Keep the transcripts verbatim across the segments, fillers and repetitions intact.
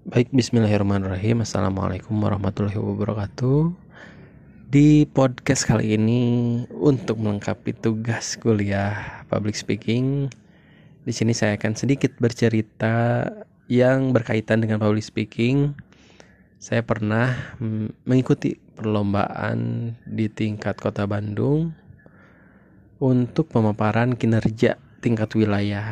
Baik, bismillahirrahmanirrahim. Assalamualaikum warahmatullahi wabarakatuh. Di podcast kali ini untuk melengkapi tugas kuliah public speaking, di sini saya akan sedikit bercerita yang berkaitan dengan public speaking. Saya pernah mengikuti perlombaan di tingkat Kota Bandung untuk pemaparan kinerja tingkat wilayah.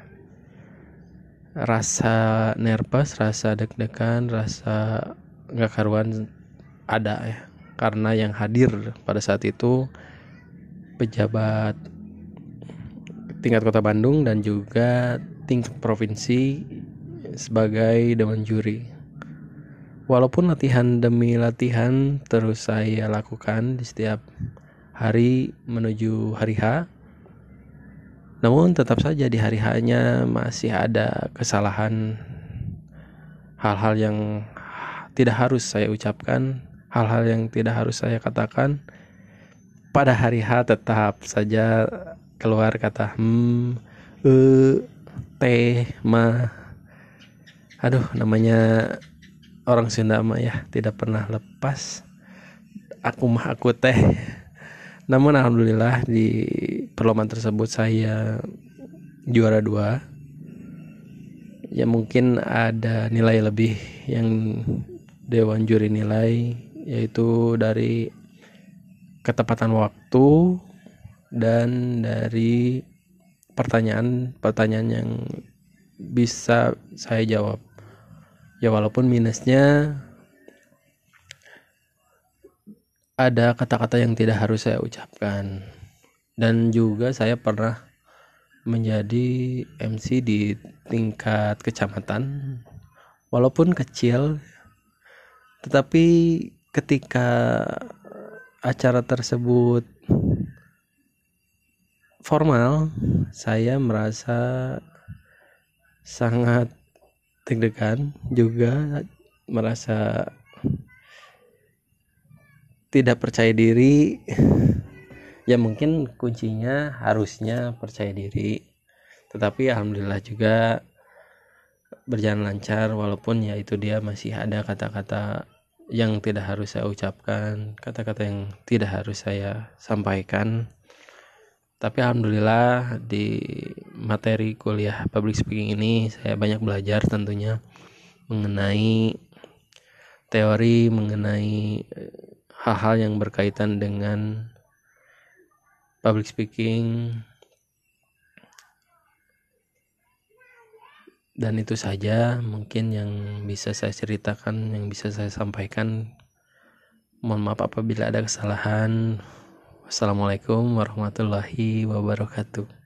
Rasa nervous, rasa deg-degan, rasa gak karuan ada ya, karena yang hadir pada saat itu pejabat tingkat Kota Bandung dan juga tingkat provinsi sebagai dewan juri. Walaupun latihan demi latihan terus saya lakukan di setiap hari menuju hari H, namun tetap saja di hari H-nya masih ada kesalahan, hal-hal yang tidak harus saya ucapkan, hal-hal yang tidak harus saya katakan. Pada hari H tetap saja keluar kata hmm, e, teh, ma. Aduh, namanya orang Sunda mah ya, tidak pernah lepas. Aku mah aku teh. Namun alhamdulillah di perlombaan tersebut saya juara dua. Ya mungkin ada nilai lebih yang dewan juri nilai, yaitu dari ketepatan waktu dan dari pertanyaan-pertanyaan yang bisa saya jawab. Ya walaupun minusnya ada kata-kata yang tidak harus saya ucapkan. Dan juga saya pernah menjadi M C di tingkat kecamatan, walaupun kecil, tetapi ketika acara tersebut formal, saya merasa sangat deg-degan, juga merasa tidak percaya diri. Ya mungkin kuncinya harusnya percaya diri, tetapi alhamdulillah juga berjalan lancar, walaupun ya itu dia masih ada kata-kata yang tidak harus saya ucapkan, kata-kata yang tidak harus saya sampaikan. Tapi alhamdulillah di materi kuliah public speaking ini saya banyak belajar tentunya mengenai teori, mengenai hal-hal yang berkaitan dengan public speaking. Dan itu saja mungkin yang bisa saya ceritakan, yang bisa saya sampaikan. Mohon maaf apabila ada kesalahan. Wassalamualaikum warahmatullahi wabarakatuh.